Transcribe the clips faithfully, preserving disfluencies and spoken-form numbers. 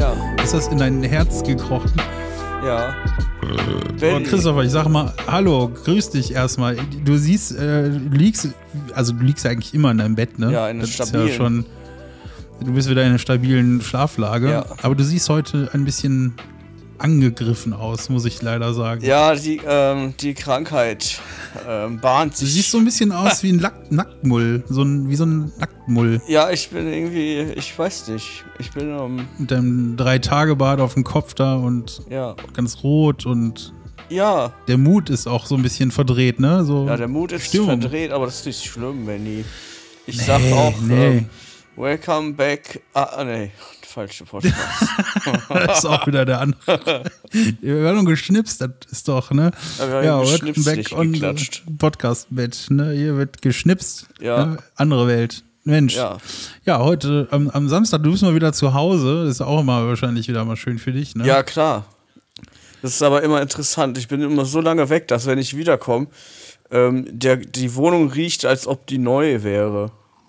Ja. Ist das in dein Herz gekrochen? Ja. Oh, Christopher, ich sag mal, hallo, grüß dich erstmal. Du siehst, äh, du liegst, also du liegst eigentlich immer in deinem Bett, ne? Ja, in einer das stabilen. Ist ja schon, du bist wieder in einer stabilen Schlaflage. Ja. Aber du siehst heute ein bisschen angegriffen aus, muss ich leider sagen. Ja, die, ähm, die Krankheit ähm, bahnt sich. Du siehst so ein bisschen aus wie ein Lack- Nacktmull, so ein, wie so ein Nacktmull. Ja, ich bin irgendwie, ich weiß nicht, ich bin ähm, Mit deinem Drei-Tage-Bart auf dem Kopf da und ja. ganz rot und Ja. der Mut ist auch so ein bisschen verdreht, ne? So Ja, der Mut ist Stimmung. verdreht, aber das ist nicht schlimm, Benni. Ich Nee, sag auch, nee. ähm, welcome back. Ah, nee, falsche Podcast. Das ist auch wieder der andere. Wir haben geschnipst, das ist doch, ne? Ja, wir haben Ja, geschnipst, welcome nicht back on geklatscht. Podcast-Bett, ne? Hier wird geschnipst. Ja. Ne? Andere Welt. Mensch. Ja. Ja, heute am, am Samstag, du bist mal wieder zu Hause. Das ist auch immer wahrscheinlich wieder mal schön für dich, ne? Ja, klar. Das ist aber immer interessant. Ich bin immer so lange weg, dass wenn ich wiederkomme, ähm, der, die Wohnung riecht, als ob die neu wäre.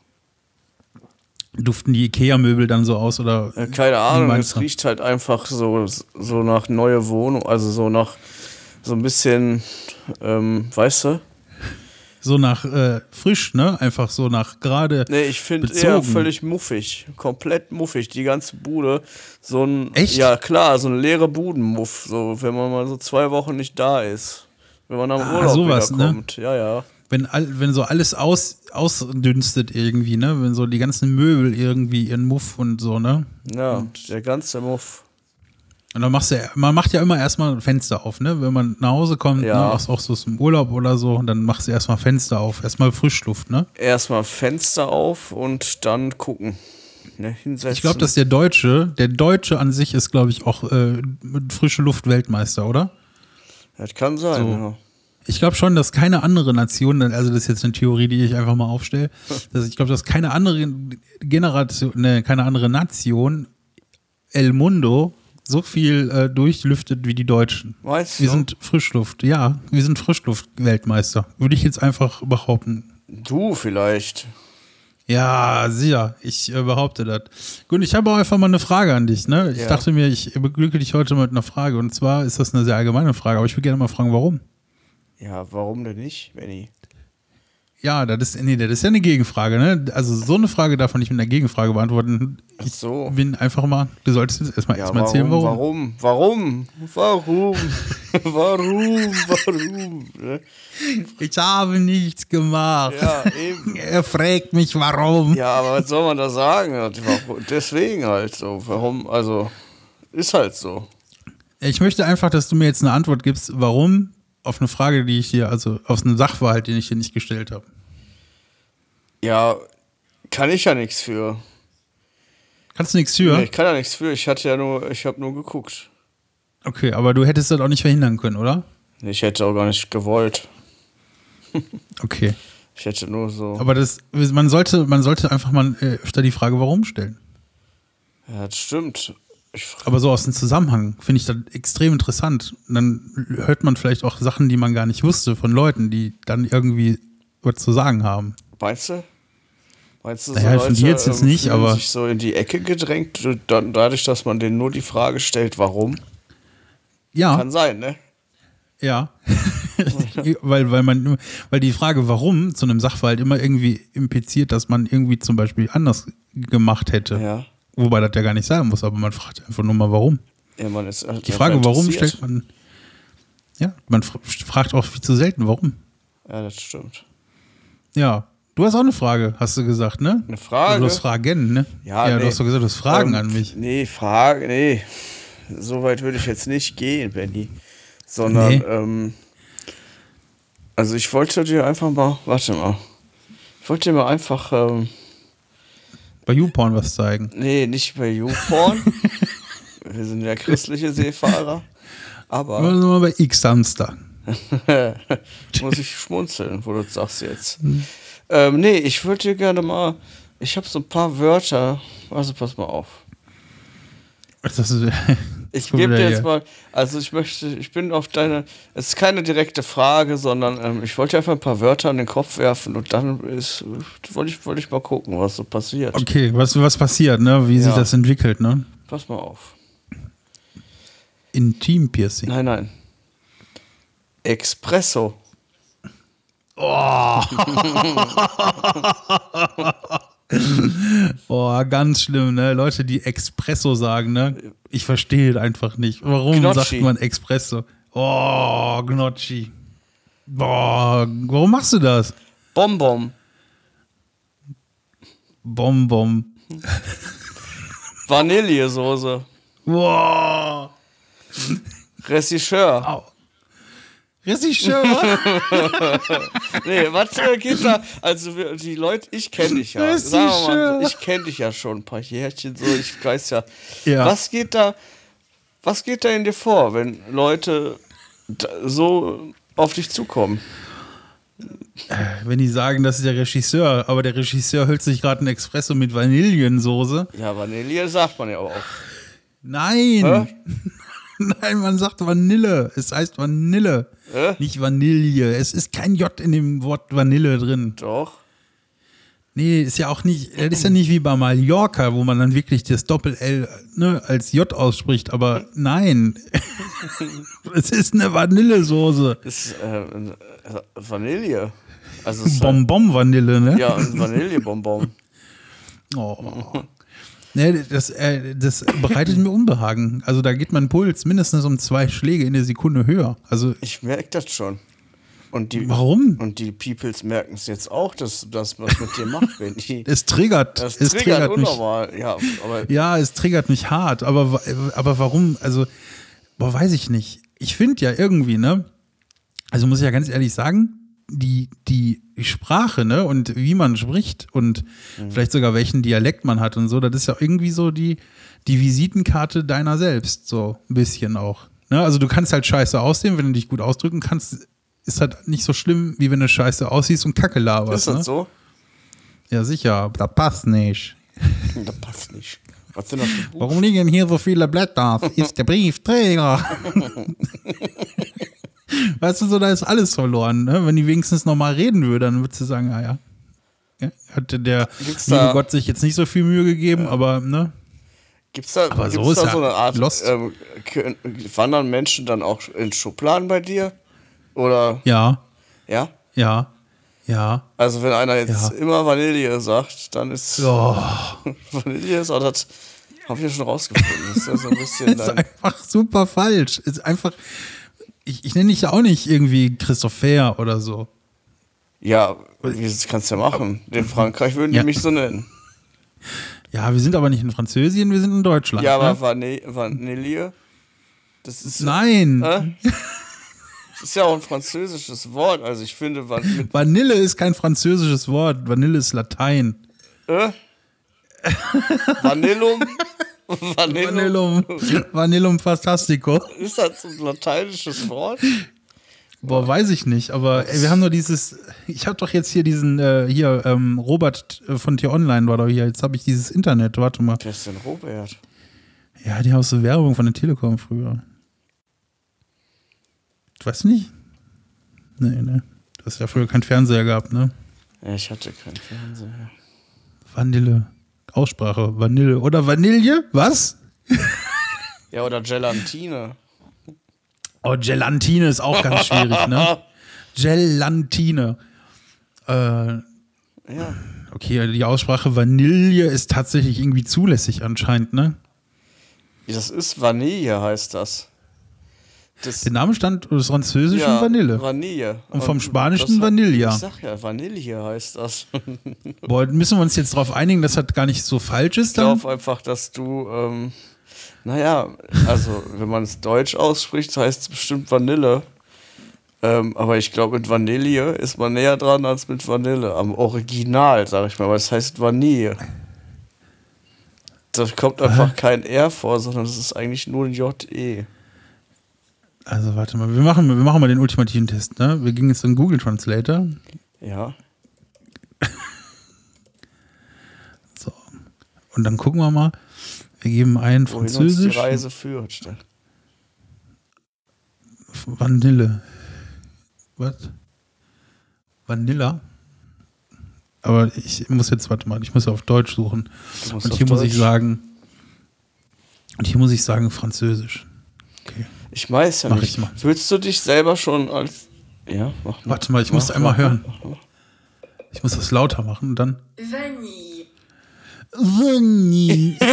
Duften die Ikea-Möbel dann so aus oder? Ja, keine wie Ahnung, meinst es du? riecht halt einfach so, so nach neue Wohnung, also so nach so ein bisschen, ähm, weißt du? So nach äh, frisch, ne? Einfach so nach gerade. Nee, ich finde bezogen. eher völlig muffig. Komplett muffig. Die ganze Bude. So ein. Echt? Ja, klar, so eine leere Budenmuff. So, wenn man mal so zwei Wochen nicht da ist. Wenn man am Ah, Urlaub sowas, wiederkommt. Ja, ja. Wenn, all, wenn so alles aus, ausdünstet irgendwie, ne? Wenn so die ganzen Möbel irgendwie ihren Muff und so, ne? Ja, der ganze Muff. Und dann machst du, man macht ja immer erstmal ein Fenster auf, ne? Wenn man nach Hause kommt, Ja. ne? auch, auch so aus dem Urlaub oder so, dann machst du erstmal Fenster auf, erstmal Frischluft, ne? Erstmal Fenster auf und dann gucken. Ne, hinsetzen. Ich glaube, dass der Deutsche, der Deutsche an sich ist, glaube ich, auch äh, mit frische Luft Weltmeister, oder? Das kann sein, So. ja. Ich glaube schon, dass keine andere Nation, also das ist jetzt eine Theorie, die ich einfach mal aufstelle, dass ich glaube, dass keine andere Generation, ne, keine andere Nation El Mundo so viel äh, durchlüftet wie die Deutschen. Weißt Wir du? sind Frischluft, ja, wir sind Frischluft-Weltmeister, würde ich jetzt einfach behaupten. Du vielleicht. Ja, sicher, ich äh, behaupte das. Gut, ich habe auch einfach mal eine Frage an dich, ne? Ich Ja. dachte mir, ich beglücke dich heute mit einer Frage und zwar ist das eine sehr allgemeine Frage, aber ich würde gerne mal fragen, warum? Ja, warum denn nicht, Benni? Ja, das ist, nee, das ist ja eine Gegenfrage, ne? Also so eine Frage darf man nicht mit einer Gegenfrage beantworten. Ach so. Ich bin einfach mal, du solltest jetzt erstmal Ja, erstmal warum, erzählen, warum. warum, warum, warum, warum, warum, ne? Ich habe nichts gemacht. Ja, eben. Er fragt mich, warum. Ja, aber was soll man da sagen? Warum? Deswegen halt so. Warum? Also, ist halt so. Ich möchte einfach, dass du mir jetzt eine Antwort gibst, warum auf eine Frage, die ich dir, also auf einen Sachverhalt, den ich dir nicht gestellt habe. Ja, kann ich ja nichts für. Kannst du nichts für? Nee, ich kann ja nichts für. Ich hatte ja nur, ich habe nur geguckt. Okay, aber du hättest das auch nicht verhindern können, oder? Nee, ich hätte auch gar nicht gewollt. Okay. Ich hätte nur so. Aber das, man sollte, man sollte einfach mal äh, öfter die Frage, warum stellen. Ja, das stimmt. Ich fra- Aber so aus dem Zusammenhang finde ich das extrem interessant. Und dann hört man vielleicht auch Sachen, die man gar nicht wusste von Leuten, die dann irgendwie was zu sagen haben. Meinst du? Meinst du, so Naja, von dir jetzt jetzt nicht, fühlen aber- sich so in die Ecke gedrängt, dann, dadurch, dass man denen nur die Frage stellt, warum? Ja, Kann sein, ne? ja. weil, weil man, weil die Frage, warum zu einem Sachverhalt immer irgendwie impliziert, dass man irgendwie zum Beispiel anders gemacht hätte. Ja. Wobei das ja gar nicht sein muss, aber man fragt einfach nur mal, warum. Ja, man ist Die Frage, warum, stellt man. Ja, man fr- fragt auch viel zu selten, warum. Ja, das stimmt. Ja. Du hast auch eine Frage, hast du gesagt, ne? Eine Frage? Du hast Fragen, ne? Ja, ja nee. du hast doch gesagt, du hast Fragen Ähm, an mich. Nee, Frage, nee. So weit würde ich jetzt nicht gehen, Benni. Sondern, Nee. ähm, also ich wollte dir einfach mal, warte mal. Ich wollte dir mal einfach, ähm, Bei YouPorn was zeigen. nee, nicht bei YouPorn. Wir sind ja christliche Seefahrer. Aber Wir sind mal bei X-Hamster. muss ich schmunzeln, wo du das sagst jetzt. Ähm, nee, ich würde dir gerne mal, ich habe so ein paar Wörter, also pass mal auf. Das ist, Ich kommt gebe wieder dir jetzt hier. mal, also ich möchte, ich bin auf deine, es ist keine direkte Frage, sondern ähm, ich wollte dir einfach ein paar Wörter an den Kopf werfen und dann ist, wollte ich, wollte ich mal gucken, was so passiert. Okay, was, was passiert, ne? Wie sich Ja. das entwickelt, ne? Pass mal auf. Intim-Piercing. Nein, nein. Espresso. Oh. Oh, ganz schlimm, ne? Leute, die Espresso sagen, ne? Ich verstehe es einfach nicht. Warum Gnocchi. sagt man Espresso? Oh, Gnocchi. Boah, warum machst du das? Bonbon. Bonbon. Vanillesoße. Boah. Regisseur. Au. Regisseur. Nee, was äh, geht da? Also wir- die Leute, ich kenne dich ja. Sagen wir mal, Regisseur. ich kenne dich ja schon ein paar Jährchen so, ich weiß ja. Ja. Was geht da, was geht da in dir vor, wenn Leute da so auf dich zukommen? Wenn die sagen, das ist der Regisseur, aber der Regisseur hüllt sich gerade ein Espresso mit Vanillensoße. Ja, Vanille sagt man ja aber auch. Nein. Hä? Nein, man sagt Vanille. Es heißt Vanille. Hä? Nicht Vanille. Es ist kein J in dem Wort Vanille drin. Doch. Nee, ist ja auch nicht, das ist ja nicht wie bei Mallorca, wo man dann wirklich das Doppel-L ne, als J ausspricht, aber nein. Es ist eine Vanillesoße. Ist äh, äh, Vanille. Also es ist halt, Bonbon-Vanille, ne? ja, ein Vanillebonbon. Oh. Nee, das, äh, das bereitet mir Unbehagen. Also da geht mein Puls mindestens um zwei Schläge in der Sekunde höher. Also Ich merke das schon. Und die, warum? Und die Peoples merken es jetzt auch, dass das was mit dir macht, wenn die. Es triggert. Das es triggert triggert mich. unnormal. Ja, aber Ja, es triggert mich hart. Aber, wa- aber warum? Also, boah, weiß ich nicht. Ich finde ja irgendwie, ne? Also muss ich ja ganz ehrlich sagen, die, die Sprache, ne? Und wie man spricht und Mhm. vielleicht sogar welchen Dialekt man hat und so, das ist ja irgendwie so die, die Visitenkarte deiner selbst, so ein bisschen auch. Ne? Also du kannst halt scheiße aussehen, wenn du dich gut ausdrücken kannst, ist halt nicht so schlimm, wie wenn du scheiße aussiehst und Kacke laberst. ist das Ne? so? Ja, sicher, das passt nicht. Das passt nicht. Was sind das für Buch? Warum liegen hier so viele Blätter? Ist der Briefträger. Weißt du, so, da ist alles verloren. Ne? Wenn die wenigstens nochmal reden würde, dann würdest du sagen, ah ja. ja hatte der Gibt's liebe da- Gott sich jetzt nicht so viel Mühe gegeben, aber ne? Gibt's da, Aber gibt's so ist da ja so eine Art, Lost. ähm, können, wandern Menschen dann auch in Schubladen bei dir? Oder, Ja, ja? ja, ja. Also wenn einer jetzt Ja. immer Vanille sagt, dann ist Oh, Vanille ist, aber das habe ich ja schon rausgefunden. Das ist ja so ein bisschen ist dein, einfach super falsch. Ist einfach, ich, ich nenne dich ja auch nicht irgendwie Christopher oder so. ja, wie das kannst du ja machen. In Frankreich würden die Ja. mich so nennen. Ja, wir sind aber nicht in Französien, wir sind in Deutschland. Ja, aber ne? Vane Vanille, das ist, Nein, Hä? das ist ja auch ein französisches Wort. Also ich finde, Van, mit, Vanille ist kein französisches Wort. Vanille ist Latein. äh? Vanillum, Vanillum, Vanillum, Vanillum Fantastico. ist das ein lateinisches Wort? Boah, weiß ich nicht, aber ey, wir haben nur dieses, ich habe doch jetzt hier diesen, äh, hier, ähm, Robert äh, von T-Online war doch hier, jetzt habe ich dieses Internet, warte mal. Wer ist denn Robert? Ja, die haben so Werbung von der Telekom früher. Du weißt nicht? Nee, nee. Du hast ja früher keinen Fernseher gehabt, ne? Ja, ich hatte keinen Fernseher. Vanille. Aussprache, Vanille. Oder Vanille? Was? Ja, oder Gelatine. Oh, Gelatine ist auch ganz schwierig, ne? Gelatine. Äh, Ja. okay, die Aussprache Vanille ist tatsächlich irgendwie zulässig anscheinend, ne? Das ist Vanille, heißt das. Das Der Name stand des französischen ja, Vanille. Vanille. Und vom Spanischen das hat- Vanilla. Ich sag ja, Vanille heißt das. Boah, müssen wir uns jetzt darauf einigen, dass das gar nicht so falsch ist Ich dann? glaube einfach, dass du, ähm, naja, also wenn man es deutsch ausspricht, heißt es bestimmt Vanille. Ähm, aber ich glaube, mit Vanille ist man näher dran als mit Vanille. Am Original, sag ich mal, aber es heißt Vanille. Da kommt einfach kein R vor, sondern es ist eigentlich nur ein J E. Also warte mal, wir machen, wir machen mal den ultimativen Test, ne? Wir gehen jetzt in Google Translator. Ja. So. Und dann gucken wir mal. Wir geben ein Wohin uns die Französisch. Reise führt. Vanille. Was? Vanilla? Aber ich muss jetzt, warte mal, ich muss auf Deutsch suchen. Du musst Und auf hier muss ich Deutsch. sagen, und hier muss ich sagen Französisch. Okay. Ich weiß ja Mach nicht. ich mal. Willst du dich selber schon als... Ja, mach mal. Warte mal, ich muss Mach, einmal mach, hören. mach, mach. Ich muss das lauter machen und dann. Vanille. Vanille.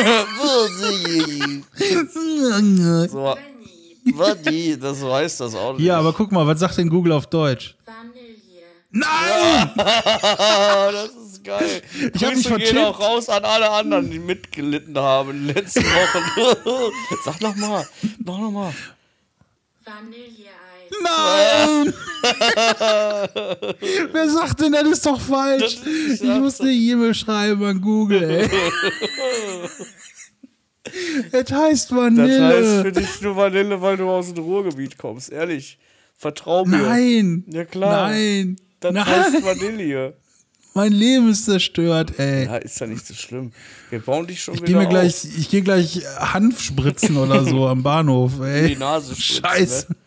So, Vanille. Wadi, das weiß das auch nicht. Ja, aber guck mal, was sagt denn Google auf Deutsch? Vanille. Nein! das ist geil. Ich hab mich Grüße gehen vertippt. auch raus an alle anderen, die mitgelitten haben in den letzten Wochen. Sag noch mal, mach noch mal. Vanilleeis. Nein! Wer sagt denn, das ist doch falsch? Das ist- Ich muss eine E-Mail schreiben an Google, ey. Es heißt Das Vanille. heißt für dich nur Vanille, weil du aus dem Ruhrgebiet kommst. Ehrlich, vertrau mir. Nein! Ja klar. Nein! Das Nein! heißt Vanille. Mein Leben ist zerstört, ey. Ja, ist ja nicht so schlimm. Wir bauen dich schon Ich wieder gehe mir auf. gleich, ich gehe gleich Hanf spritzen oder so am Bahnhof, in ey. die Nase spritzen, Scheiße. Ne?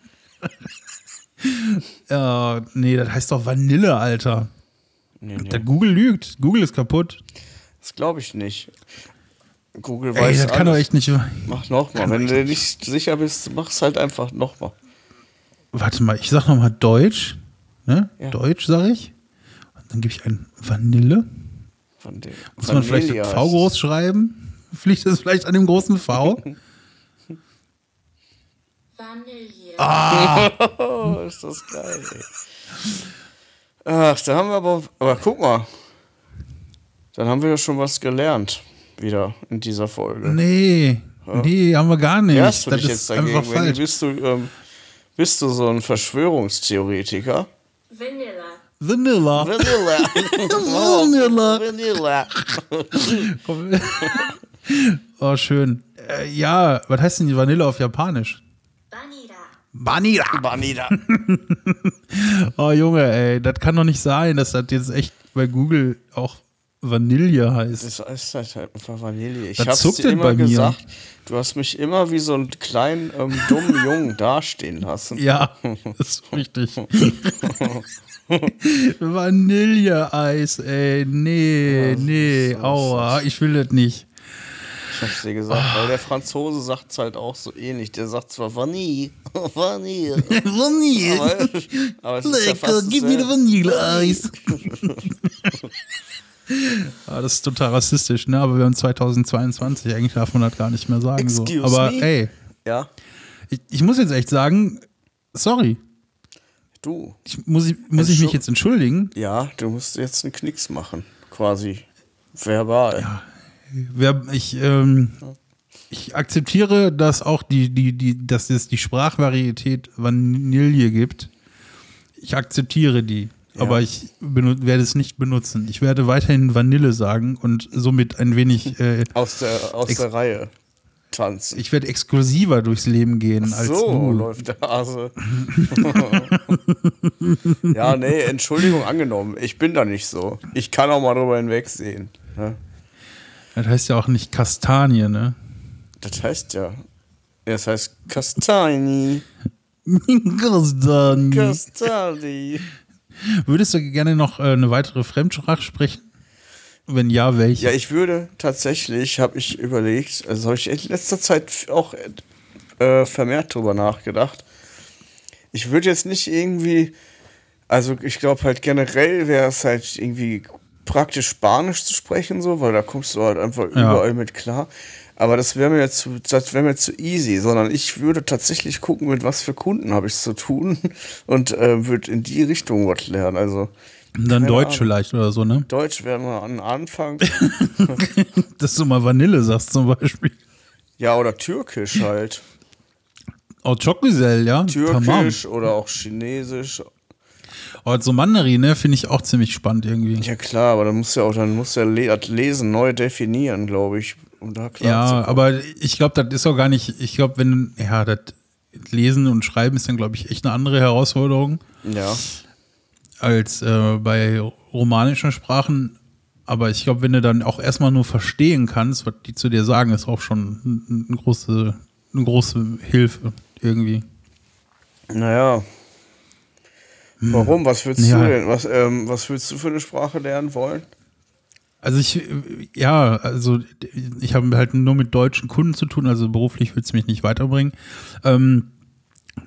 Ja, nee, das heißt doch Vanille, Alter. Nee, nee. Der Google lügt. Google ist kaputt. Das glaube ich nicht. Google Ey, weiß das kann doch alles. echt nicht. Mach nochmal. Wenn du dir nicht sicher bist, mach's halt einfach nochmal. Warte mal, ich sag nochmal Deutsch. Ne? Ja. Deutsch, sag ich. Und dann gebe ich ein Vanille. Von dem. Muss man vielleicht Vanille ein heißt V es. groß schreiben? Fliegt es vielleicht an dem großen V? Vanille. Oh, ist das geil, ey. Ach, da haben wir aber. Aber guck mal. Dann haben wir ja schon was gelernt. Wieder in dieser Folge. Nee. Nee, haben wir gar nicht. Wehrst du das dich ist jetzt dagegen? einfach Wenn, falsch. bist, du, ähm, bist du so ein Verschwörungstheoretiker? Vanilla. Vanilla. Vanilla. Vanilla. Vanilla. Oh, schön. Äh, ja, was heißt denn die Vanille auf Japanisch? Vanilla. Vanilla. Vanilla. Oh, Junge, ey, das kann doch nicht sein, dass das jetzt echt bei Google auch Vanille heißt. Das ist halt einfach Vanille. Ich Was hab's zuckt dir denn immer bei mir? gesagt. Du hast mich immer wie so einen kleinen, ähm, dummen Jungen dastehen lassen. Ja, das ist richtig. Vanilleeis, ey, nee, Ja, nee, so ist aua, ich will das nicht. Ich hab's dir gesagt, weil der Franzose sagt's halt auch so ähnlich. Der sagt zwar Vanille, Vanille, Vanille, aber, aber es ist ja lecker, fast gib mir das dasselbe. Vanilleeis. Ah, das ist total rassistisch, ne? Aber wir haben zweitausendzweiundzwanzig, eigentlich darf man das gar nicht mehr sagen. So. Excuse Aber me? ey, Ja, ich, ich muss jetzt echt sagen, sorry, du. ich, muss, ich, muss ich mich Entschu- jetzt entschuldigen? Ja, du musst jetzt einen Knicks machen, quasi. Verbal. Wer, ich, ähm, ich akzeptiere, dass auch die, die, die, dass es die Sprachvarietät Vanille gibt. Ich akzeptiere die, Ja. aber ich benu- werde es nicht benutzen. Ich werde weiterhin Vanille sagen und somit ein wenig, äh, Aus der, aus Ex- der Reihe tanzen. ich werde exklusiver durchs Leben gehen als So du. läuft der Hase. Ja, nee, Entschuldigung angenommen. Ich bin da nicht so. Ich kann auch mal drüber hinwegsehen. Ne? Das heißt ja auch nicht Kastanie, ne? Das heißt ja. Das heißt Castani. Kastanie. Castani. Würdest du gerne noch äh, eine weitere Fremdsprache sprechen? Wenn ja, welche? Ja, ich würde tatsächlich, habe ich überlegt, also habe ich in letzter Zeit auch äh, vermehrt drüber nachgedacht. Ich würde jetzt nicht irgendwie, also ich glaube halt generell wäre es halt irgendwie praktisch Spanisch zu sprechen, so, weil da kommst du halt einfach Ja. überall mit klar. Aber das wäre mir jetzt zu, das wäre mir zu easy, sondern ich würde tatsächlich gucken, mit was für Kunden habe ich zu tun und äh, würde in die Richtung was lernen. Also Und dann keine Deutsch Ahnung. vielleicht oder so, ne? Deutsch wäre mal an Anfang. Dass du mal Vanille sagst zum Beispiel. Ja, oder Türkisch halt. Oh, Chokwisel, ja? Tamam. Türkisch oder auch Chinesisch. Oh, so Mandarin, ne? Finde ich auch ziemlich spannend irgendwie. Ja klar, aber dann musst du ja auch, dann musst du ja le das Lesen neu definieren, glaube ich. Um da klar Ja, zu kommen. aber ich glaube, das ist auch gar nicht, ich glaube, wenn, ja, das Lesen und Schreiben ist dann, glaube ich, echt eine andere Herausforderung Ja. als äh, bei romanischen Sprachen. Aber ich glaube, wenn du dann auch erstmal nur verstehen kannst, was die zu dir sagen, ist auch schon eine große, eine große Hilfe irgendwie. Naja. Warum? Was würdest Ja. du denn? Was, ähm, was würdest du für eine Sprache lernen wollen? Also ich, ja, also ich habe halt nur mit deutschen Kunden zu tun, also beruflich wird es mich nicht weiterbringen. Ähm,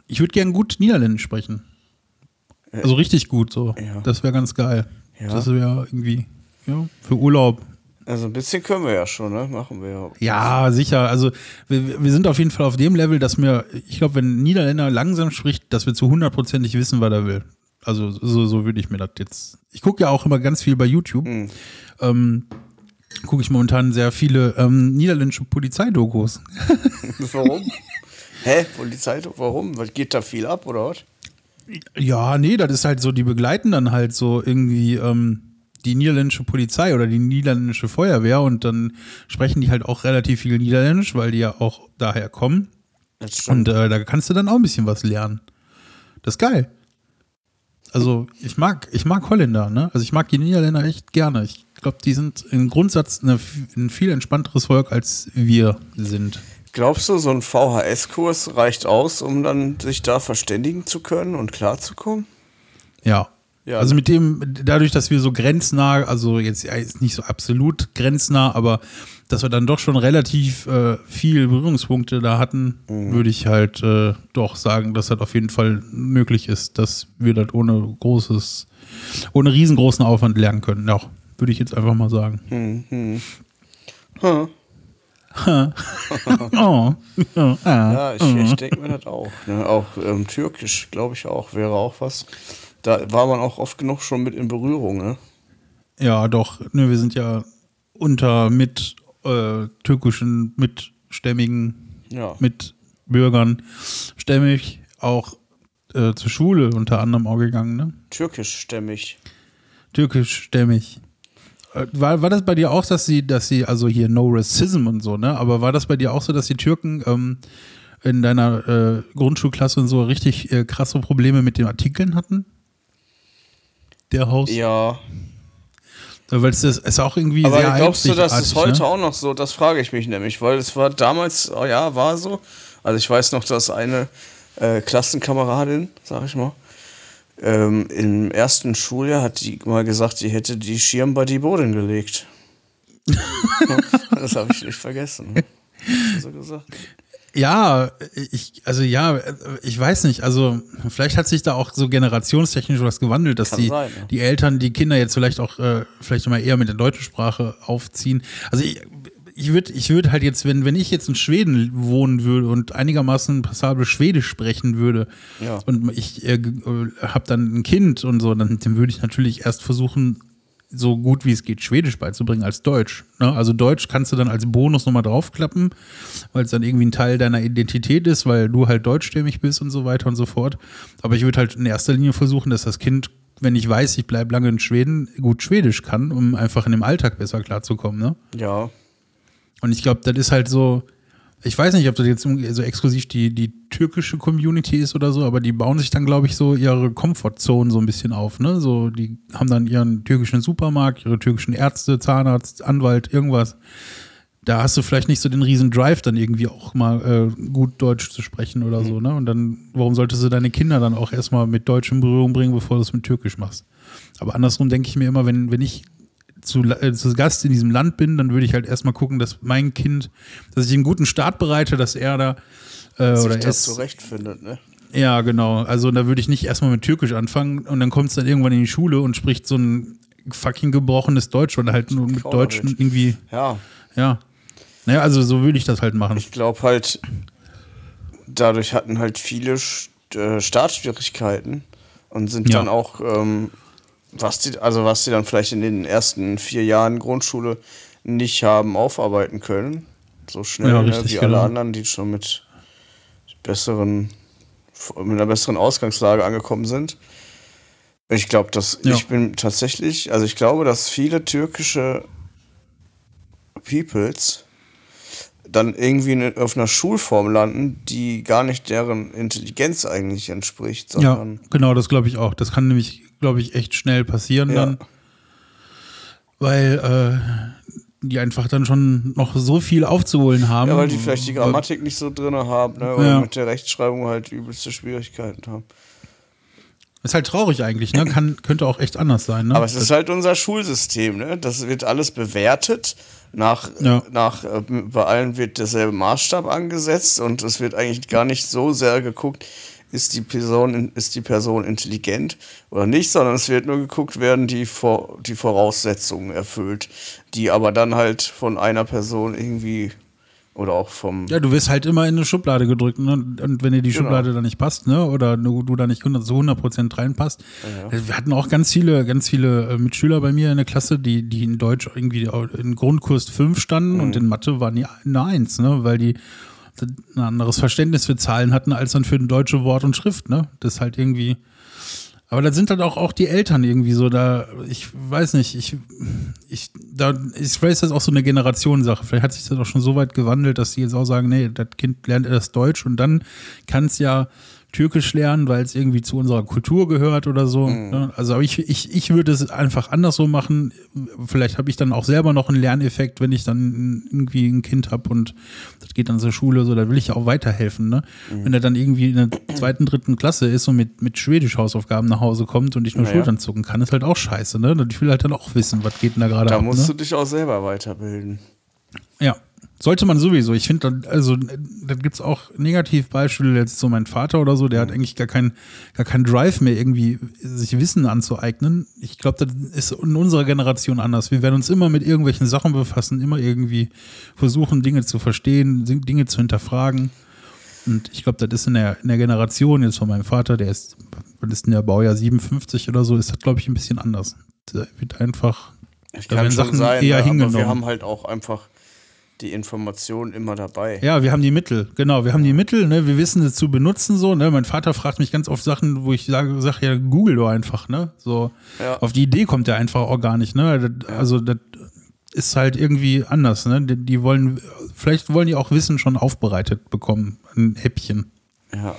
ich würde gern gut Niederländisch sprechen. Also richtig gut so. Ja. Das wäre ganz geil. Ja. Das wäre irgendwie, ja, für Urlaub. Also ein bisschen können wir ja schon, ne? Machen wir ja. Ja, sicher. Also wir, wir sind auf jeden Fall auf dem Level, dass mir, ich glaube, wenn ein Niederländer langsam spricht, dass wir zu hundertprozentig wissen, was er will. Also so, so würde ich mir das jetzt. Ich gucke ja auch immer ganz viel bei YouTube. Mhm. Ähm, gucke ich momentan sehr viele ähm, niederländische Polizeidokus. Warum? Hä? Polizei? Warum? Was geht da viel ab, oder was? Ja, nee, das ist halt so, die begleiten dann halt so irgendwie ähm, die niederländische Polizei oder die niederländische Feuerwehr und dann sprechen die halt auch relativ viel Niederländisch, weil die ja auch daher kommen. Das stimmt. Und äh, da kannst du dann auch ein bisschen was lernen. Das ist geil. Also ich mag, ich mag Holländer, ne? Also ich mag die Niederländer echt gerne. Ich glaube, die sind im Grundsatz eine, ein viel entspannteres Volk, als wir sind. Glaubst du, so ein V H S-Kurs reicht aus, um dann sich da verständigen zu können und klarzukommen? Ja. Ja. Also mit dem, dadurch, dass wir so grenznah, also jetzt ja, ist nicht so absolut grenznah, aber dass wir dann doch schon relativ äh, viel Berührungspunkte da hatten, mhm. würde ich halt äh, doch sagen, dass das auf jeden Fall möglich ist, dass wir das ohne großes, ohne riesengroßen Aufwand lernen können. Ja, würde ich jetzt einfach mal sagen. Mhm. Hm. oh. ja, ja, ich, ich denke mir das auch. Ne? Auch ähm, Türkisch, glaube ich auch, wäre auch was. Da war man auch oft genug schon mit in Berührung, ne? Ja, doch. Ne, wir sind ja unter mit äh, türkischen Mitstämmigen, ja. Mitbürgern stämmig auch äh, zur Schule unter anderem auch gegangen, ne? Türkischstämmig. Türkischstämmig. Äh, war, war das bei dir auch, dass sie, dass sie, also hier No Racism und so, ne? Aber war das bei dir auch so, dass die Türken ähm, in deiner äh, Grundschulklasse und so richtig äh, krasse Probleme mit den Artikeln hatten? Der Haus? Ja. Weil es ist, ist auch irgendwie aber sehr glaubst du, das ist heute ne? auch noch so? Das frage ich mich nämlich, weil es war damals, oh ja, war so. Also ich weiß noch, dass eine äh, Klassenkameradin, sag ich mal, ähm, im ersten Schuljahr hat die mal gesagt, die hätte die Schirm bei die Boden gelegt. Das habe ich nicht vergessen. Ne? So gesagt. Ja, ich, also ja, ich weiß nicht, also vielleicht hat sich da auch so generationstechnisch was gewandelt, dass Kann die, sein, ja. die Eltern die Kinder jetzt vielleicht auch, äh, vielleicht mal eher mit der deutschen Sprache aufziehen. Also ich, ich würde ich würd halt jetzt, wenn, wenn ich jetzt in Schweden wohnen würde und einigermaßen passabel Schwedisch sprechen würde Ja. und ich äh, habe dann ein Kind und so, dann, dann würde ich natürlich erst versuchen, so gut wie es geht, Schwedisch beizubringen als Deutsch. Ne? Also Deutsch kannst du dann als Bonus nochmal draufklappen, weil es dann irgendwie ein Teil deiner Identität ist, weil du halt deutschstämmig bist und so weiter und so fort. Aber ich würde halt in erster Linie versuchen, dass das Kind, wenn ich weiß, ich bleibe lange in Schweden, gut Schwedisch kann, um einfach in dem Alltag besser klarzukommen. Ne? Ja. Und ich glaube, das ist halt so, ich weiß nicht, ob das jetzt so exklusiv die, die türkische Community ist oder so, aber die bauen sich dann, glaube ich, so ihre Comfortzone so ein bisschen auf, ne? So, die haben dann ihren türkischen Supermarkt, ihre türkischen Ärzte, Zahnarzt, Anwalt, irgendwas. Da hast du vielleicht nicht so den riesen Drive, dann irgendwie auch mal äh, gut Deutsch zu sprechen oder so, ne? Und dann, warum solltest du deine Kinder dann auch erstmal mit Deutsch in Berührung bringen, bevor du es mit Türkisch machst? Aber andersrum denke ich mir immer, wenn, wenn ich Zu, äh, zu Gast in diesem Land bin, dann würde ich halt erstmal gucken, dass mein Kind, dass ich einen guten Start bereite, dass er da äh, Sich oder das es zurechtfindet, ne? Ja, genau. Also da würde ich nicht erstmal mit Türkisch anfangen und dann kommt es dann irgendwann in die Schule und spricht so ein fucking gebrochenes Deutsch oder halt nur mit Deutschen irgendwie. Ja. Ja. Naja, also so würde ich das halt machen. Ich glaube halt, dadurch hatten halt viele St- äh, Startschwierigkeiten und sind Ja. dann auch ähm, was die, also was die dann vielleicht in den ersten vier Jahren Grundschule nicht haben aufarbeiten können. So schnell, Ja, ne, richtig, wie alle genau. anderen, die schon mit besseren, mit einer besseren Ausgangslage angekommen sind. Ich glaube, dass Ja. ich bin tatsächlich, also ich glaube, dass viele türkische Peoples dann irgendwie in, auf einer Schulform landen, die gar nicht deren Intelligenz eigentlich entspricht, Ja, sondern genau, das glaube ich auch. Das kann nämlich, glaube ich, echt schnell passieren Ja. dann, weil äh, die einfach dann schon noch so viel aufzuholen haben. ja, weil die vielleicht die Grammatik nicht so drin haben, ne, oder Ja. mit der Rechtschreibung halt übelste Schwierigkeiten haben. Ist halt traurig eigentlich, ne? Kann, könnte auch echt anders sein, ne? Aber es ist halt unser Schulsystem, ne? Das wird alles bewertet. Nach, Ja. nach äh, bei allen wird derselbe Maßstab angesetzt und es wird eigentlich gar nicht so sehr geguckt, ist die Person, ist die Person intelligent oder nicht, sondern es wird nur geguckt, werden die, Vor- die Voraussetzungen erfüllt, die aber dann halt von einer Person irgendwie oder auch vom... Ja, du wirst halt immer in eine Schublade gedrückt, ne? Und wenn dir die Genau. Schublade da nicht passt, ne? Oder du, du da nicht hundert so hundert Prozent reinpasst. Ja. Wir hatten auch ganz viele, ganz viele äh, Mitschüler bei mir in der Klasse, die, die in Deutsch irgendwie auch in Grundkurs fünf standen Mhm. und in Mathe waren die eine Eins, ne? Weil die ein anderes Verständnis für Zahlen hatten, als dann für deutsche Wort und Schrift, ne? Das ist halt irgendwie. Aber da sind halt auch, auch die Eltern irgendwie so, da, ich weiß nicht, ich, ich, da, ich weiß, das ist auch so eine Generationssache. Vielleicht hat sich das auch schon so weit gewandelt, dass die jetzt auch sagen, nee, das Kind lernt erst Deutsch und dann kann es ja Türkisch lernen, weil es irgendwie zu unserer Kultur gehört oder so. Mhm. Ne? Also aber ich, ich, ich würde es einfach anders so machen. Vielleicht habe ich dann auch selber noch einen Lerneffekt, wenn ich dann irgendwie ein Kind habe und das geht dann zur Schule, so, da will ich ja auch weiterhelfen. Ne? Mhm. Wenn er dann irgendwie in der zweiten, dritten Klasse ist und mit, mit Schwedisch-Hausaufgaben nach Hause kommt und ich nur Naja. Schultern zucken kann, ist halt auch scheiße. Ne? Ich will halt dann auch wissen, was geht denn da gerade Da ab. musst Ne? du dich auch selber weiterbilden. Ja, sollte man sowieso. Ich finde, also da gibt es auch Negativbeispiele, jetzt so mein Vater oder so, der hat eigentlich gar keinen gar keinen Drive mehr, irgendwie sich Wissen anzueignen. Ich glaube, das ist in unserer Generation anders. Wir werden uns immer mit irgendwelchen Sachen befassen, immer irgendwie versuchen, Dinge zu verstehen, Dinge zu hinterfragen. Und ich glaube, das ist in der, in der Generation jetzt von meinem Vater, der ist, was ist denn der Baujahr siebenundfünfzig oder so, ist das, glaube ich, ein bisschen anders. Der wird einfach, Ich da kann werden schon Sachen sein, eher ne, aber hingenommen. wir haben halt auch einfach die Informationen immer dabei. Ja, wir haben die Mittel, genau, wir haben die Mittel, ne, wir wissen es zu benutzen, so, ne, mein Vater fragt mich ganz oft Sachen, wo ich sage, sag ja, google doch einfach, ne, so, Ja. auf die Idee kommt er einfach auch gar nicht, ne, das, also das ist halt irgendwie anders, ne, die, die wollen, vielleicht wollen die auch Wissen schon aufbereitet bekommen, ein Häppchen. Ja.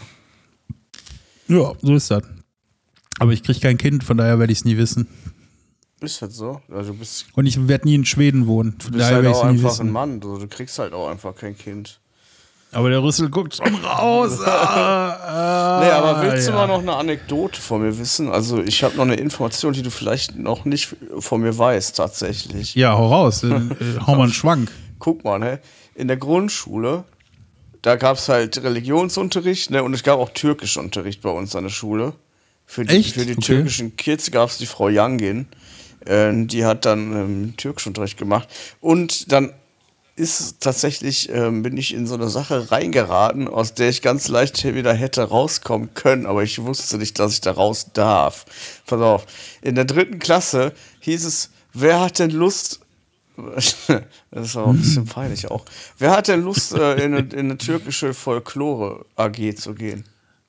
Ja, so ist das. Aber ich kriege kein Kind, von daher werde ich es nie wissen. Ist halt so. Also du bist, Und ich werde nie in Schweden wohnen, du von bist daher halt werde ich auch es nie einfach wissen. ein Mann. Du, du kriegst halt auch einfach kein Kind. Aber der Rüssel guckt schon raus. ah, ah, Nee, aber willst du ja. mal noch eine Anekdote von mir wissen? Also ich habe noch eine Information, die du vielleicht noch nicht von mir weißt, tatsächlich. Ja, hau raus, äh, äh, hau mal einen Schwank. Guck mal, ne? In der Grundschule, da gab es halt Religionsunterricht, ne? Und es gab auch Türkischunterricht bei uns an der Schule. Für die, Echt? Für die Okay. türkischen Kids gab es die Frau Yangin. Äh, die hat dann ähm, Türkischunterricht gemacht. Und dann ist tatsächlich, ähm, bin ich in so eine Sache reingeraten, aus der ich ganz leicht hier wieder hätte rauskommen können, aber ich wusste nicht, dass ich da raus darf. Pass auf, in der dritten Klasse hieß es, wer hat denn Lust, das ist aber ein bisschen peinlich auch, wer hat denn Lust, äh, in, eine, in eine türkische Folklore-A G zu gehen?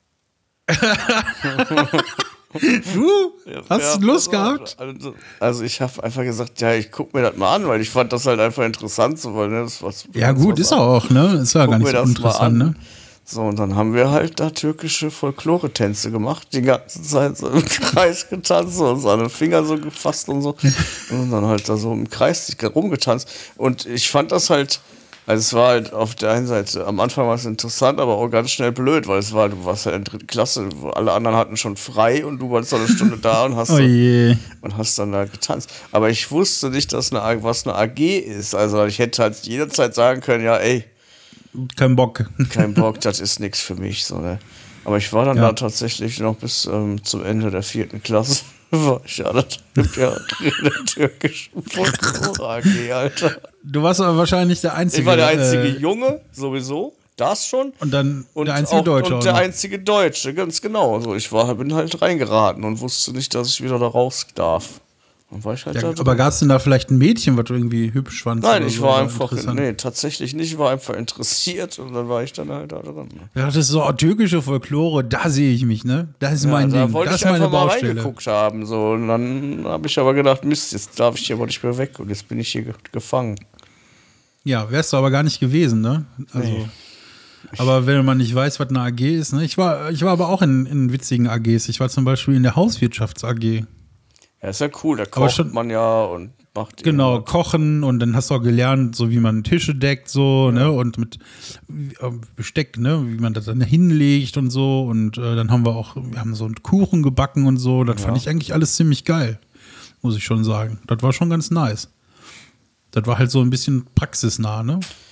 Du? Hast du Lust pass auf. gehabt? Also, also ich habe einfach gesagt, ja, ich guck mir das mal an, weil ich fand das halt einfach interessant, so, weil ne, das was. Ja, gut, was ist auch, ne? Ist ja Guck gar nicht mir so das mal interessant, an. ne? So, und dann haben wir halt da türkische Folklore-Tänze gemacht, die ganze Zeit so im Kreis getanzt und seine Finger so gefasst und so. Und dann halt da so im Kreis sich rumgetanzt. Und ich fand das halt, also es war halt auf der einen Seite, am Anfang war es interessant, aber auch ganz schnell blöd, weil es war, du warst halt in der dritten Klasse, wo alle anderen hatten schon frei und du warst so eine Stunde da und hast, Oh so, je. und hast dann da getanzt. Aber ich wusste nicht, dass eine, A- was eine A G ist. Also ich hätte halt jederzeit sagen können, ja, ey, Kein Bock. kein Bock, das ist nichts für mich. So, ne? Aber ich war dann Ja. da tatsächlich noch bis ähm, zum Ende der vierten Klasse. War ich ja, das gibt ja in der türkischen Folklore-A G, Alter. Du warst aber wahrscheinlich der Einzige. Ich war der einzige äh, Junge, sowieso, das schon. Und dann Und der einzige auch, Deutsche. Und auch der noch. einzige Deutsche, ganz genau. Also ich war, bin halt reingeraten und wusste nicht, dass ich wieder da raus darf. Dann war ich halt Ja, da drin. aber gab es denn da vielleicht ein Mädchen, was du irgendwie hübsch fandst? Nein, oder ich so, war oder einfach, interessant? nee, tatsächlich nicht, ich war einfach interessiert und dann war ich dann halt da drin. Ja, das ist so oh, türkische Folklore, da sehe ich mich, ne? Das ist Ja, mein da Ding, wollte das ich ist meine einfach mal Baustelle. reingeguckt haben. So. Und dann habe ich aber gedacht, Mist, jetzt darf ich hier aber nicht mehr weg und jetzt bin ich hier ge- gefangen. Ja, wärst du aber gar nicht gewesen, ne? Also, Nee. aber wenn man nicht weiß, was eine A G ist, ne? Ich war, ich war aber auch in, in witzigen A Gs. Ich war zum Beispiel in der Hauswirtschafts-A G. Ja, ist ja cool, da Aber kocht schon- man ja und macht Genau, irgendwas. kochen und dann hast du auch gelernt, so wie man Tische deckt, so, ne, und mit äh, Besteck, ne, wie man das dann hinlegt und so. Und äh, dann haben wir auch, wir haben so einen Kuchen gebacken und so. Das fand Ja. ich eigentlich alles ziemlich geil, muss ich schon sagen. Das war schon ganz nice. Das war halt so ein bisschen praxisnah, ne?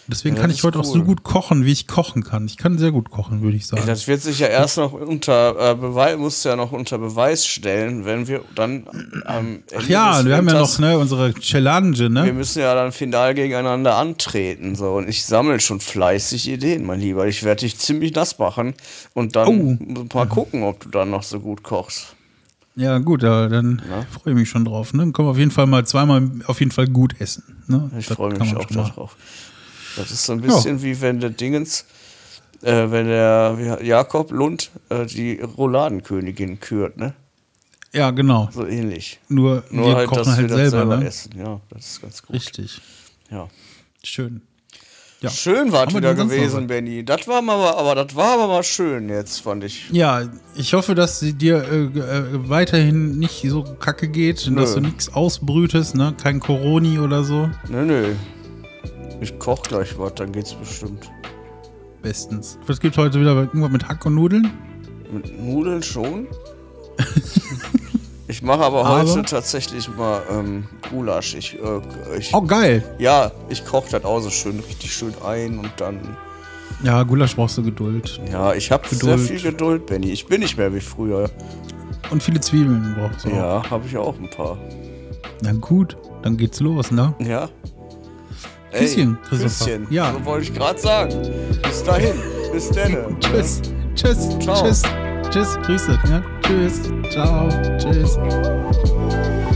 Deswegen Ja, kann das ich heute ist auch so cool. gut kochen, wie ich kochen kann. Ich kann sehr gut kochen, würde ich sagen. Das wird sich ja erst noch unter äh, Beweis, musst du ja noch unter Beweis stellen, wenn wir dann am Ende Ach ja, des wir haben ja Winters- noch ne, unsere Challenge, Wir ne? müssen ja dann final gegeneinander antreten. So. Und ich sammle schon fleißig Ideen, mein Lieber. Ich werde dich ziemlich nass machen und dann Oh. mal gucken, ob du dann noch so gut kochst. Ja, gut, ja, dann Ja. freue ich mich schon drauf. Ne? Dann können wir auf jeden Fall mal zweimal auf jeden Fall gut essen. Ne? Ich Das freue kann mich man auch schon mal. darauf. Das ist so ein bisschen wie wenn der Dingens, äh, wenn der wie Jakob Lund äh, die Rouladenkönigin kürt, ne? Ja, genau. So ähnlich. Nur, Nur wir halt, kochen dass halt wir das selber, selber ne? essen. Ja, das ist ganz gut. Richtig. Ja. Schön. Ja. Schön war Haben wir wieder denn sonst noch gewesen, was? Benny. Das war mal, aber das war aber mal schön jetzt, fand ich. Ja, ich hoffe, dass sie dir äh, äh, weiterhin nicht so kacke geht und Nö. dass du nichts ausbrütest, ne? Kein Coroni oder so. Nö, nö. Ich koch gleich was, dann geht's bestimmt. Bestens. Was gibt heute wieder irgendwas mit Hack und Nudeln? Mit Nudeln schon. Ich mache aber, Aber? heute tatsächlich mal ähm, Gulasch. Ich, äh, ich, Oh, geil. Ja, ich koche das auch so schön, richtig schön ein und dann. Ja, Gulasch brauchst du Geduld. Ja, ich habe sehr Geduld. viel Geduld, Benny. Ich bin nicht mehr wie früher. Und viele Zwiebeln brauchst du. auch. Ja, habe ich auch ein paar. Na gut, dann geht's los, ne? Ja. Küsschen, Ey, Christopher. Küsschen. Ja. So wollte ich gerade sagen. Bis dahin. Bis dann. Tschüss. Tschüss. Ciao. Tschüss. Tschüss. Grüße. Ja. Tschüss. Ciao. Tschüss.